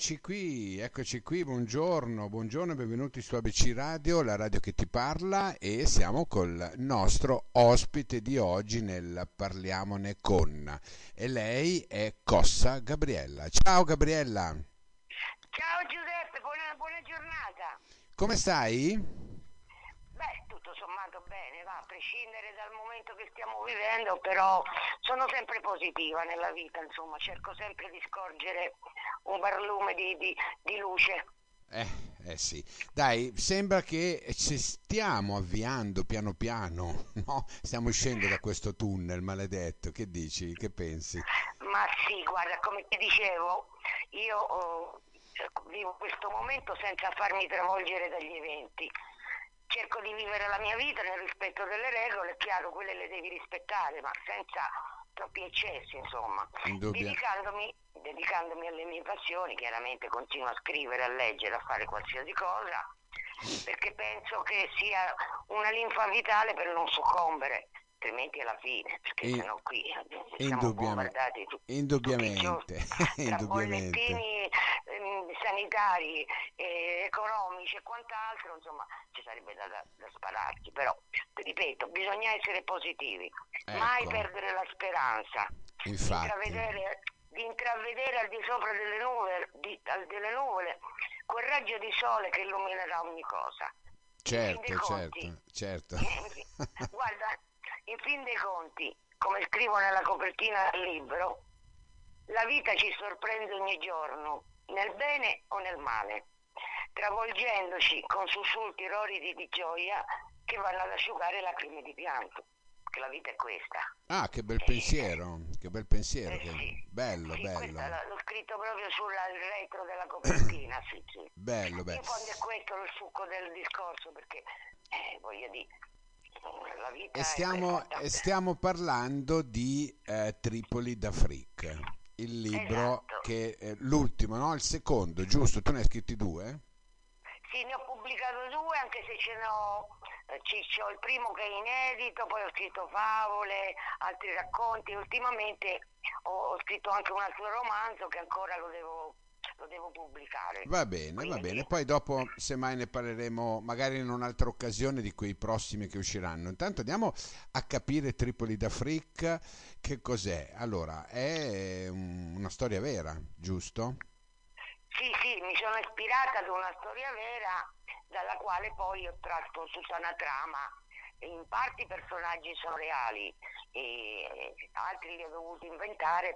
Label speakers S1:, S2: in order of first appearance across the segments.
S1: eccoci qui, buongiorno, buongiorno e benvenuti su ABC Radio, la radio che ti parla, e siamo col nostro ospite di oggi nel Parliamone con, e lei è Cossa Gabriella. Ciao Gabriella!
S2: Ciao Giuseppe, buona giornata.
S1: Come stai?
S2: Beh, tutto sommato bene, va, a prescindere dal momento che stiamo vivendo, però sono sempre positiva nella vita, insomma, cerco sempre di scorgere un barlume di luce.
S1: Sì, dai, sembra che ci stiamo avviando piano piano, no? Stiamo uscendo da questo tunnel maledetto, che dici, che pensi?
S2: Ma sì, guarda, come ti dicevo, io vivo questo momento senza farmi travolgere dagli eventi. Cerco di vivere la mia vita nel rispetto delle regole, è chiaro, quelle le devi rispettare, ma senza troppi eccessi, insomma.
S1: Indubbia.
S2: Dedicandomi alle mie passioni, chiaramente continuo a scrivere, a leggere, a fare qualsiasi cosa, perché penso che sia una linfa vitale per non soccombere, altrimenti è la fine, perché
S1: In-
S2: sennò qui siamo
S1: indubbiame-
S2: bombardati tutti i giorni
S1: indubbiamente,
S2: tra
S1: indubbiamente.
S2: bollettini sanitari, economici e quant'altro, insomma ci sarebbe da spararci, però ripeto, bisogna essere positivi, mai
S1: Ecco,
S2: perdere la speranza,
S1: infatti,
S2: di intravedere al di sopra delle nuvole quel raggio di sole che illuminerà ogni cosa. In fin dei
S1: certo,
S2: conti,
S1: certo, certo.
S2: guarda, in fin dei conti, come scrivo nella copertina del libro, la vita ci sorprende ogni giorno, nel bene o nel male, travolgendoci con sussulti roridi di gioia che vanno ad asciugare lacrime di pianto, che la vita è questa.
S1: Ah, che bel
S2: Eh,
S1: pensiero, che bel pensiero, che
S2: sì,
S1: bello,
S2: sì, questa
S1: bello,
S2: l'ho scritto proprio sul retro della copertina, sì, sì.
S1: bello, bello.
S2: In fondo è questo il succo del discorso, perché voglio dire, la
S1: E
S2: vita è
S1: stiamo,
S2: fatta.
S1: e stiamo parlando di Tripoli d'Afrique, il libro
S2: Esatto.
S1: che è l'ultimo, no? Il secondo, giusto? Tu ne hai scritti due?
S2: Sì, ne ho pubblicato due, anche se ce n'ho, c'ho il primo che è inedito, poi ho scritto favole, altri racconti. Ultimamente ho scritto anche un altro romanzo che ancora lo devo pubblicare.
S1: Va bene,
S2: Quindi,
S1: poi dopo semmai ne parleremo magari in un'altra occasione di quei prossimi che usciranno. Intanto andiamo a capire Tripoli d'Afrique che cos'è. Allora, è una storia vera, giusto?
S2: sì, sì, mi sono ispirata ad una storia vera dalla quale poi ho tratto tutta una trama. In parte i personaggi sono reali e altri li ho dovuti inventare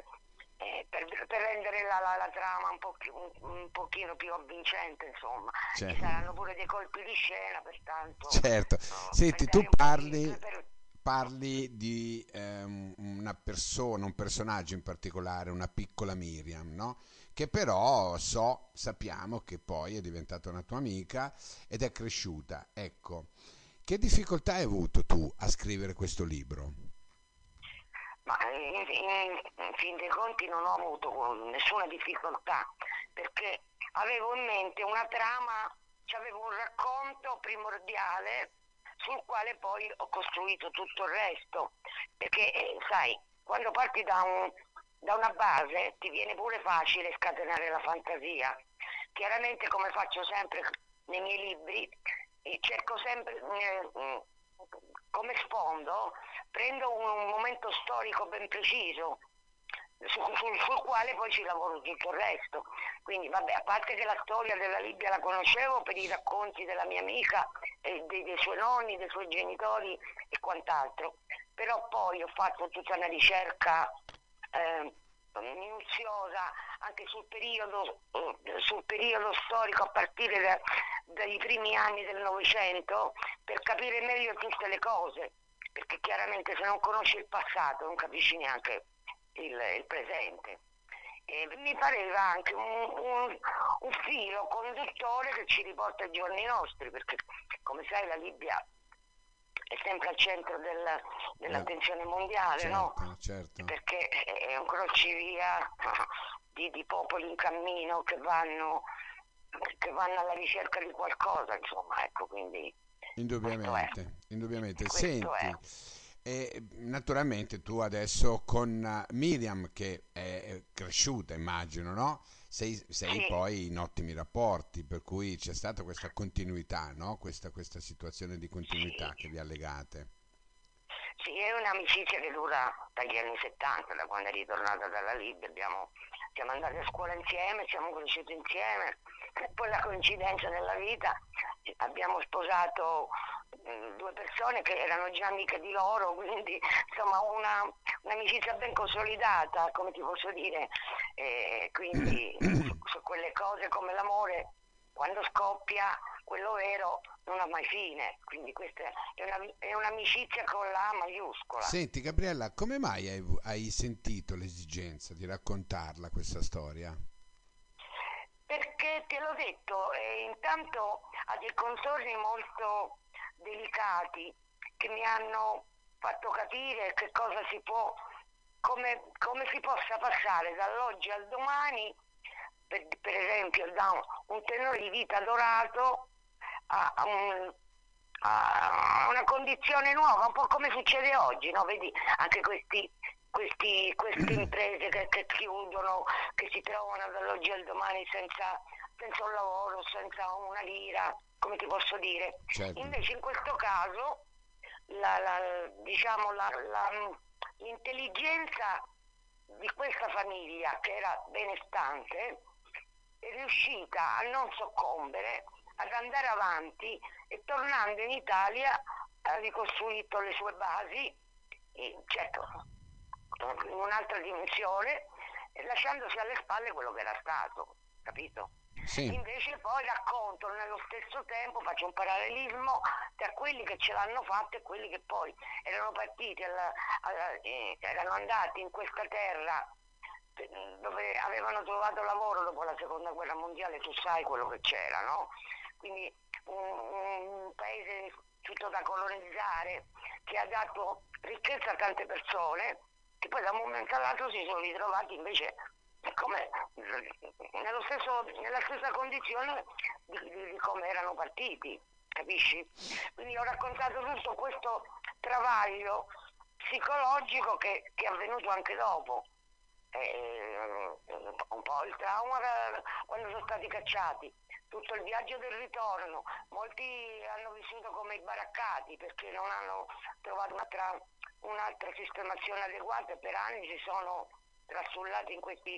S2: per rendere la trama un pochino più avvincente, insomma.
S1: Cioè,
S2: Ci saranno pure dei colpi di scena, pertanto
S1: certo.
S2: per
S1: Senti, tu
S2: dare un po' di...
S1: parli di una persona, un personaggio in particolare, una piccola Miriam, no? Che però sappiamo che poi è diventata una tua amica ed è cresciuta. Ecco, che difficoltà hai avuto tu a scrivere questo libro?
S2: Ma in fin dei conti non ho avuto nessuna difficoltà, perché avevo in mente una trama, cioè avevo un racconto primordiale sul quale poi ho costruito tutto il resto, perché sai, quando parti da una base ti viene pure facile scatenare la fantasia. Chiaramente, come faccio sempre nei miei libri, cerco sempre come sfondo, prendo un momento storico ben preciso sul quale poi ci lavoro tutto il resto. Quindi vabbè, a parte che la storia della Libia la conoscevo per i racconti della mia amica, dei suoi nonni, dei suoi genitori e quant'altro, però poi ho fatto tutta una ricerca minuziosa anche sul periodo storico a partire dai primi anni del Novecento, per capire meglio tutte le cose, perché chiaramente se non conosci il passato non capisci neanche il presente. E mi pareva anche un filo conduttore che ci riporta ai giorni nostri, perché come sai la Libia è sempre al centro
S1: Eh,
S2: dell'attenzione mondiale, no?
S1: certo, certo.
S2: Perché è un crocevia di popoli in cammino che vanno alla ricerca di qualcosa, insomma, ecco, quindi questo è.
S1: Indubbiamente, indubbiamente.
S2: Questo
S1: Senti,
S2: è.
S1: E naturalmente tu adesso con Miriam, che è cresciuta, immagino, no? Sei
S2: Sì,
S1: poi in ottimi rapporti, per cui c'è stata questa continuità, no? Questa situazione di continuità
S2: sì.
S1: che vi ha legate.
S2: Sì, è un'amicizia che dura dagli anni 70, da quando è ritornata dalla Libia, siamo andati a scuola insieme, siamo cresciuti insieme, e poi la coincidenza nella vita, abbiamo sposato due persone che erano già amiche di loro, quindi insomma un'amicizia ben consolidata, come ti posso dire, quindi su quelle cose come l'amore, quando scoppia, quello vero non ha mai fine, quindi questa è un'amicizia con la A maiuscola.
S1: Senti, Gabriella, come mai hai sentito l'esigenza di raccontarla questa storia?
S2: Perché te l'ho detto, intanto ha dei contorni molto delicati che mi hanno fatto capire che cosa si può, come si possa passare dall'oggi al domani, per esempio da un tenore di vita dorato a, a un- a una condizione nuova, un po' come succede oggi, no? Vedi anche queste imprese che chiudono, che si trovano dall'oggi al domani senza un lavoro, senza una lira, come ti posso dire.
S1: Certo.
S2: Invece in questo caso diciamo, l'intelligenza di questa famiglia, che era benestante, è riuscita a non soccombere, ad andare avanti e tornando in Italia ha ricostruito le sue basi, certo, in un'altra dimensione, lasciandosi alle spalle quello che era stato, capito?
S1: Sì,
S2: Invece poi racconto nello stesso tempo, faccio un parallelismo tra quelli che ce l'hanno fatto e quelli che poi erano partiti, erano andati in questa terra dove avevano trovato lavoro dopo la seconda guerra mondiale, tu sai quello che c'era, no? Quindi un paese tutto da colonizzare che ha dato ricchezza a tante persone che poi da un momento all'altro si sono ritrovati invece come, nella stessa condizione di come erano partiti, capisci? Quindi ho raccontato tutto questo travaglio psicologico che è avvenuto anche dopo. Un po' il trauma quando sono stati cacciati, tutto il viaggio del ritorno, molti hanno vissuto come i baraccati perché non hanno trovato un'altra sistemazione adeguata e per anni si sono trasullati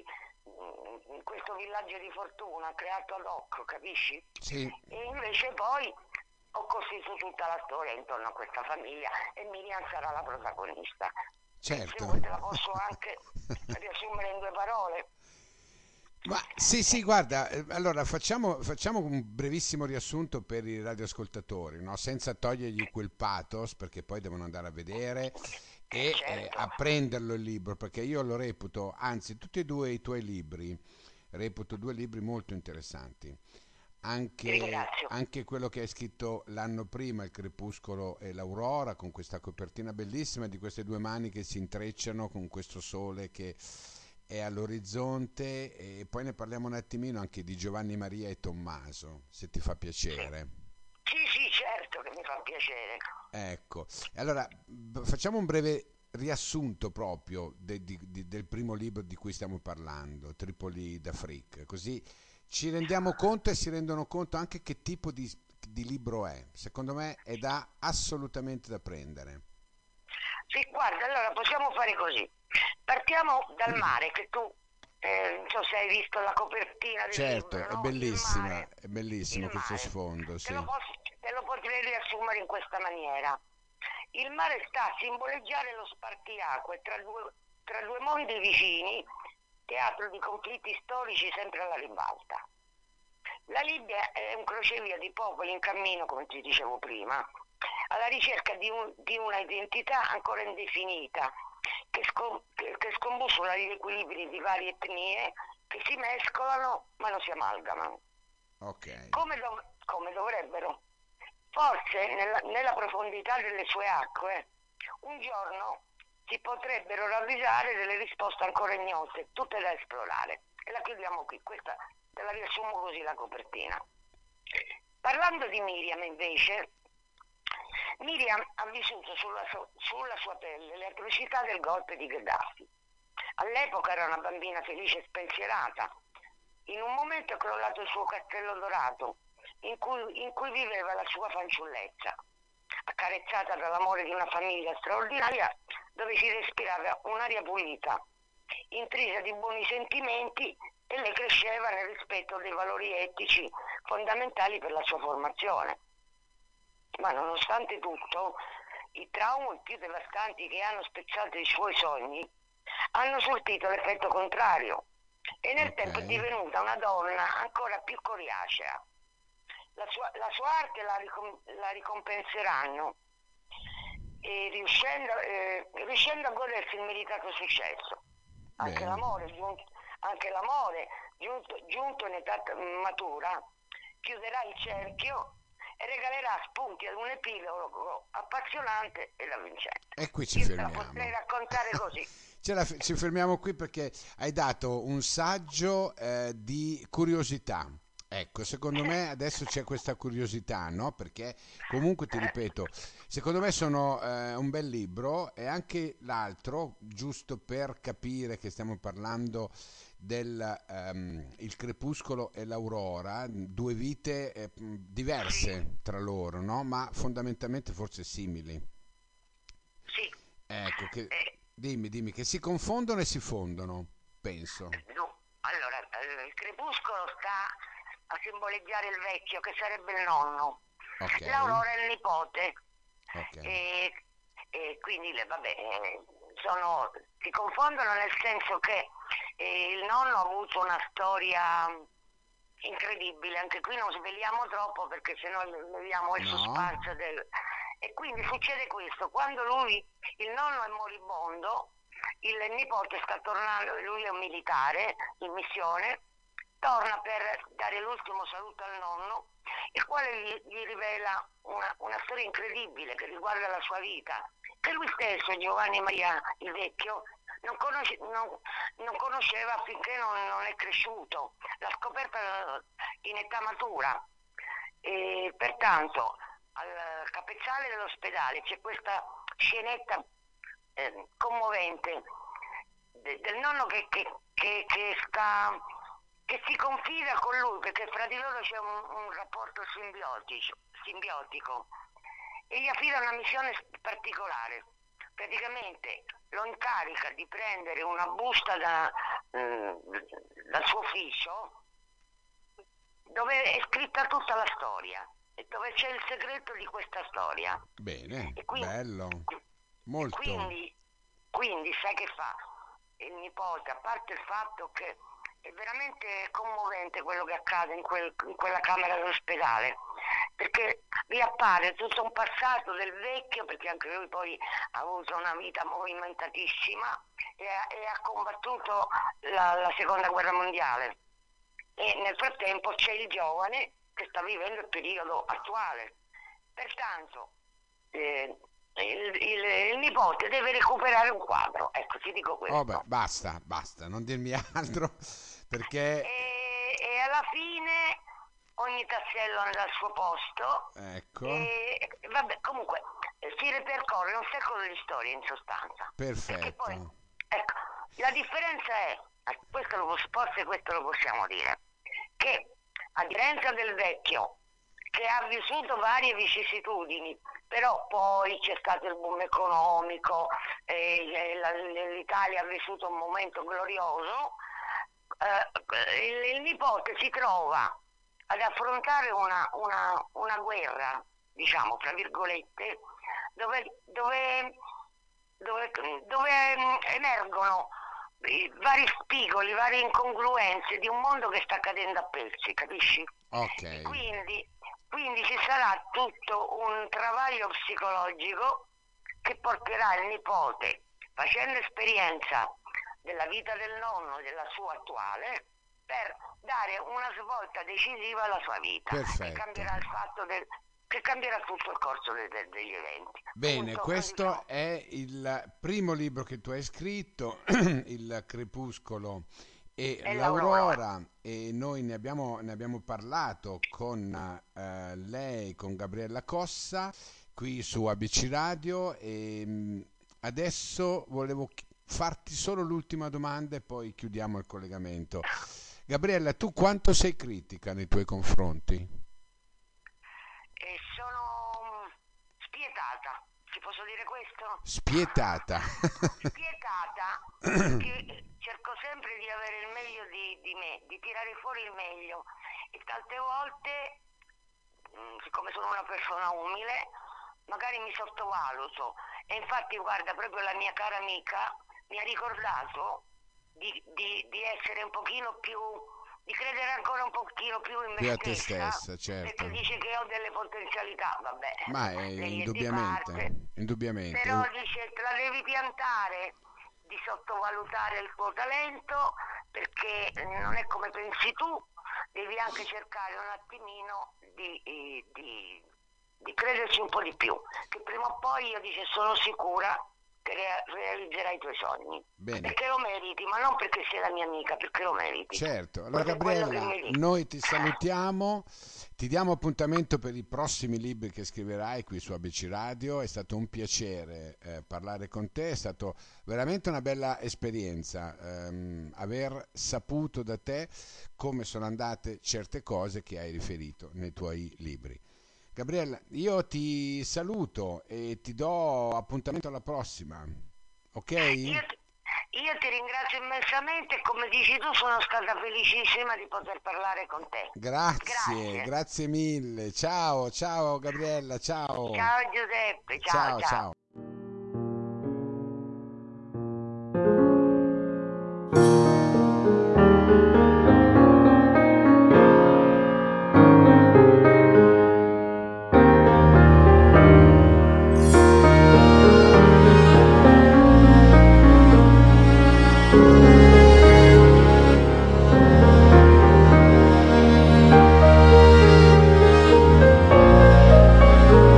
S2: in questo villaggio di fortuna creato ad hoc, capisci?
S1: sì,
S2: E invece poi ho costruito tutta la storia intorno a questa famiglia e Miriam sarà la protagonista. Se
S1: certo.
S2: vuoi te la posso anche riassumere in due parole.
S1: Ma sì, sì, guarda, allora facciamo un brevissimo riassunto per i radioascoltatori, no? Senza togliergli quel pathos, perché poi devono andare a vedere e
S2: Certo,
S1: a prenderlo il libro, perché io lo reputo, anzi, tutti e due i tuoi libri, reputo due libri molto interessanti.
S2: ti ringrazio.
S1: Anche quello che hai scritto l'anno prima, Il crepuscolo e l'aurora, con questa copertina bellissima di queste due mani che si intrecciano con questo sole che è all'orizzonte, e poi ne parliamo un attimino anche di Giovanni Maria e Tommaso, se ti fa
S2: Sì,
S1: piacere.
S2: sì, sì, certo che mi fa piacere.
S1: Ecco, allora facciamo un breve riassunto proprio del primo libro di cui stiamo parlando, Tripoli d'Afrique, così ci rendiamo conto e si rendono conto anche che tipo di libro è. Secondo me è assolutamente da prendere.
S2: Sì, guarda, allora possiamo fare così. Partiamo dal mare, che tu, non so se hai visto la copertina del
S1: Certo,
S2: libro, no? Il mare,
S1: è
S2: il
S1: bellissimo questo
S2: mare.
S1: sfondo, sì.
S2: Te lo potrei riassumere in questa maniera. Il mare sta a simboleggiare lo spartiacque tra due mondi vicini, teatro di conflitti storici sempre alla ribalta. La Libia è un crocevia di popoli in cammino, come ti dicevo prima, alla ricerca di una identità ancora indefinita, che scombussola gli equilibri di varie etnie che si mescolano ma non si amalgamano,
S1: Ok.
S2: come dovrebbero. Forse nella profondità delle sue acque un giorno si potrebbero ravvisare delle risposte ancora ignote, tutte da esplorare. E la chiudiamo qui, questa te la riassumo così la copertina. Parlando di Miriam invece, Miriam ha vissuto sulla sua pelle le atrocità del golpe di Gheddafi. All'epoca era una bambina felice e spensierata. In un momento è crollato il suo castello dorato, in cui viveva la sua fanciullezza, accarezzata dall'amore di una famiglia straordinaria dove si respirava un'aria pulita, intrisa di buoni sentimenti, e lei cresceva nel rispetto dei valori etici fondamentali per la sua formazione. Ma nonostante tutto, i traumi più devastanti che hanno spezzato i suoi sogni hanno sortito l'effetto contrario e nel tempo è
S1: Ok,
S2: divenuta una donna ancora più coriacea. La sua arte la ricompenseranno e riuscendo a godersi il meritato successo. Anche
S1: bene.
S2: l'amore, giunto in età matura, chiuderà il cerchio e regalerà spunti ad un epilogo appassionante e avvincente.
S1: E qui ci
S2: Io te la potrei
S1: fermiamo.
S2: raccontare così.
S1: Ci fermiamo qui perché hai dato un saggio di curiosità. Ecco, secondo me adesso c'è questa curiosità, no? Perché comunque ti ripeto, secondo me sono un bel libro e anche l'altro, giusto per capire che stiamo parlando del Il crepuscolo e l'aurora, due vite
S2: Sì,
S1: diverse tra loro, no? Ma fondamentalmente forse simili.
S2: sì.
S1: Ecco,
S2: Eh,
S1: dimmi, che si confondono e si fondono, penso.
S2: no. Allora, il crepuscolo sta a simboleggiare il vecchio, che sarebbe il nonno.
S1: Ok,
S2: L'aurora è il nipote.
S1: ok.
S2: E, e quindi vabbè, si confondono nel senso che il nonno ha avuto una storia incredibile, anche qui non sveliamo troppo perché sennò leviamo il
S1: No?
S2: suspense E quindi succede questo, quando il nonno è moribondo, il nipote sta tornando, lui è un militare in missione, torna per dare l'ultimo saluto al nonno, il quale gli rivela una storia incredibile che riguarda la sua vita, che lui stesso, Giovanni Maria il Vecchio, non conosceva finché non è cresciuto, l'ha scoperta in età matura. E pertanto al capezzale dell'ospedale c'è questa scenetta commovente del nonno che si confida con lui perché fra di loro c'è un rapporto simbiotico e gli affida una missione particolare. Praticamente lo incarica di prendere una busta dal suo ufficio dove è scritta tutta la storia e dove c'è il segreto di questa storia.
S1: Bene,
S2: E quindi,
S1: bello,
S2: e
S1: molto.
S2: quindi sai che fa? Il nipote, a parte il fatto che è veramente commovente quello che accade in quella camera dell'ospedale, perché riappare tutto un passato del vecchio, perché anche lui poi ha avuto una vita movimentatissima e ha combattuto la seconda guerra mondiale. E nel frattempo c'è il giovane che sta vivendo il periodo attuale. Pertanto il nipote deve recuperare un quadro, ecco, ti dico
S1: Oh beh,
S2: questo.
S1: basta, non dirmi altro perché,
S2: E alla fine ogni tassello anda al suo posto
S1: ecco,
S2: e vabbè, comunque si ripercorre un secolo di storia in sostanza. Perché poi,
S1: perfetto.
S2: ecco, la differenza è, forse questo lo possiamo dire, che a differenza del vecchio, che ha vissuto varie vicissitudini, però poi c'è stato il boom economico, l'Italia ha vissuto un momento glorioso, il nipote si trova ad affrontare una guerra, diciamo, tra virgolette, dove emergono i vari spigoli, varie incongruenze di un mondo che sta cadendo a pezzi, capisci?
S1: Ok,
S2: E quindi ci sarà tutto un travaglio psicologico che porterà il nipote, facendo esperienza della vita del nonno e della sua attuale, per dare una svolta decisiva alla sua vita,
S1: perfetto.
S2: che cambierà tutto il corso degli eventi.
S1: Bene,
S2: Punto, diciamo,
S1: questo è il primo libro che tu hai scritto, Il crepuscolo e
S2: è l'aurora.
S1: l'aurora, e noi ne abbiamo parlato con lei, con Gabriella Cossa, qui su ABC Radio e adesso volevo farti solo l'ultima domanda e poi chiudiamo il collegamento. Gabriella, tu quanto sei critica nei tuoi confronti?
S2: E sono spietata, ti posso dire questo?
S1: Spietata.
S2: Spietata perché cerco sempre di avere il meglio di me, di tirare fuori il meglio e tante volte, siccome sono una persona umile, magari mi sottovaluto e infatti guarda, proprio la mia cara amica mi ha ricordato di essere un pochino più, di credere ancora un pochino più in
S1: Più
S2: me
S1: a te
S2: stessa,
S1: stessa, certo.
S2: perché dice che ho delle potenzialità, vabbè,
S1: Ma è
S2: lei è di parte,
S1: indubbiamente.
S2: però dice te la devi piantare di sottovalutare il tuo talento perché non è come pensi tu, devi anche cercare un attimino di crederci un po' di più, che prima o poi io dice sono sicura che realizzerai i tuoi sogni.
S1: Bene.
S2: Perché lo meriti, ma non perché sei la mia amica, perché lo meriti.
S1: Certo, allora
S2: È quello che
S1: Gabriella,
S2: mi dico.
S1: noi ti salutiamo, ti diamo appuntamento per i prossimi libri che scriverai qui su ABC Radio, è stato un piacere parlare con te, è stato veramente una bella esperienza aver saputo da te come sono andate certe cose che hai riferito nei tuoi libri. Gabriella, io ti saluto e ti do appuntamento alla prossima, ok?
S2: Io ti ringrazio immensamente e come dici tu sono stata felicissima di poter parlare con te.
S1: Grazie,
S2: Grazie.
S1: grazie mille. Ciao, ciao Gabriella, ciao.
S2: Ciao Giuseppe, ciao
S1: Ciao,
S2: ciao.
S1: ciao.